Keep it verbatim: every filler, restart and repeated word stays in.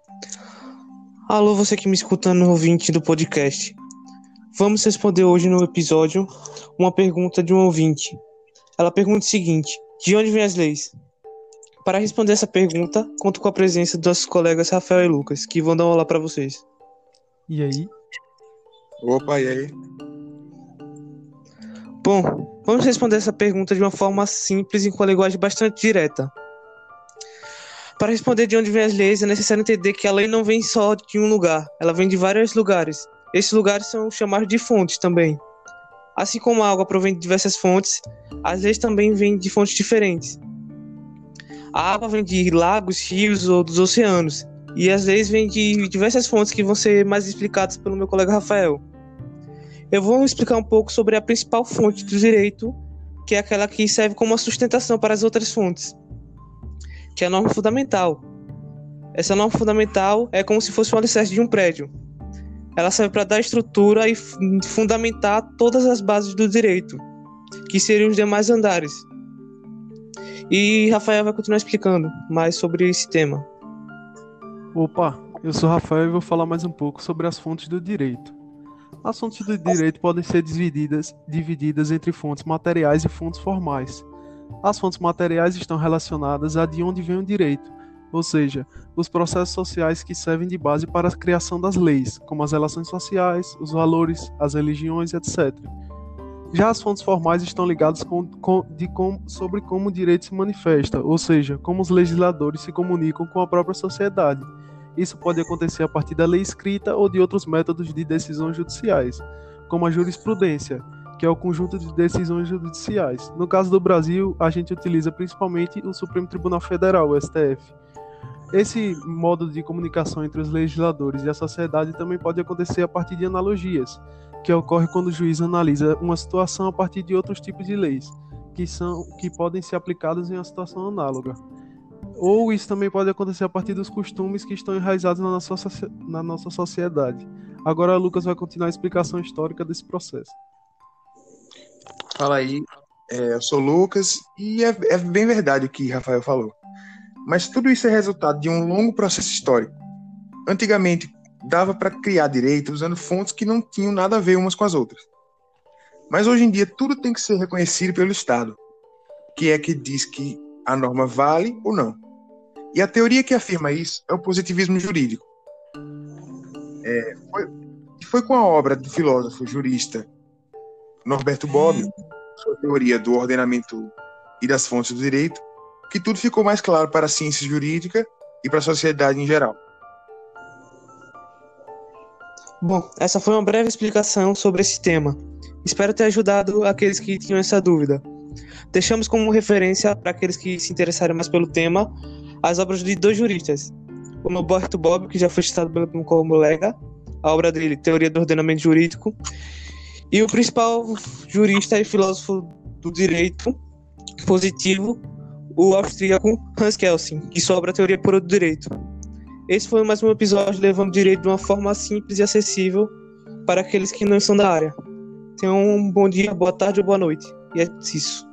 Alô, você que me escuta no ouvinte do podcast. Vamos responder hoje no episódio uma pergunta de um ouvinte. Ela pergunta o seguinte: de onde vêm as leis? Para responder essa pergunta, conto com a presença dos nossos colegas Rafael e Lucas, que vão dar um olá para vocês. E aí? Opa, e aí? Bom, vamos responder essa pergunta de uma forma simples e com a linguagem bastante direta. Para responder de onde vêm as leis, é necessário entender que a lei não vem só de um lugar, ela vem de vários lugares. Esses lugares são chamados de fontes também. Assim como a água provém de diversas fontes, as leis também vêm de fontes diferentes. A água vem de lagos, rios ou dos oceanos, e as leis vêm de diversas fontes que vão ser mais explicadas pelo meu colega Rafael. Eu vou explicar um pouco sobre a principal fonte do direito, que é aquela que serve como uma sustentação para as outras fontes, que é a norma fundamental. Essa norma fundamental é como se fosse um alicerce de um prédio. Ela serve para dar estrutura e fundamentar todas as bases do direito, que seriam os demais andares. E Rafael vai continuar explicando mais sobre esse tema. Opa, eu sou Rafael e vou falar mais um pouco sobre as fontes do direito. As fontes do direito podem ser divididas, divididas entre fontes materiais e fontes formais. As fontes materiais estão relacionadas a de onde vem o direito, ou seja, os processos sociais que servem de base para a criação das leis, como as relações sociais, os valores, as religiões, etcétera. Já as fontes formais estão ligadas com, com, de com, sobre como o direito se manifesta, ou seja, como os legisladores se comunicam com a própria sociedade. Isso pode acontecer a partir da lei escrita ou de outros métodos de decisões judiciais, como a jurisprudência, que é o conjunto de decisões judiciais. No caso do Brasil, a gente utiliza principalmente o Supremo Tribunal Federal, o S T F. Esse modo de comunicação entre os legisladores e a sociedade também pode acontecer a partir de analogias, que ocorre quando o juiz analisa uma situação a partir de outros tipos de leis, que, são, que podem ser aplicadas em uma situação análoga. Ou isso também pode acontecer a partir dos costumes que estão enraizados na nossa, na nossa sociedade. Agora, Lucas vai continuar a explicação histórica desse processo. Fala aí, é, eu sou o Lucas e é, é bem verdade o que Rafael falou. Mas tudo isso é resultado de um longo processo histórico. Antigamente, dava para criar direito usando fontes que não tinham nada a ver umas com as outras. Mas hoje em dia, tudo tem que ser reconhecido pelo Estado, que é que diz que a norma vale ou não. E a teoria que afirma isso é o positivismo jurídico. É, foi, foi com a obra do filósofo jurista Norberto Bobbio, sua teoria do ordenamento e das fontes do direito, que tudo ficou mais claro para a ciência jurídica e para a sociedade em geral. Bom, essa foi uma breve explicação sobre esse tema. Espero ter ajudado aqueles que tinham essa dúvida. Deixamos como referência para aqueles que se interessarem mais pelo tema as obras de dois juristas, o Norberto Bobbio, que já foi citado pelo meu colega, a obra dele, Teoria do Ordenamento Jurídico, e o principal jurista e filósofo do direito positivo, o austríaco Hans Kelsen, que sua obra Teoria Pura do Direito. Esse foi mais um episódio levando o direito de uma forma simples e acessível para aqueles que não são da área. Tenham um bom dia, boa tarde ou boa noite. E é isso.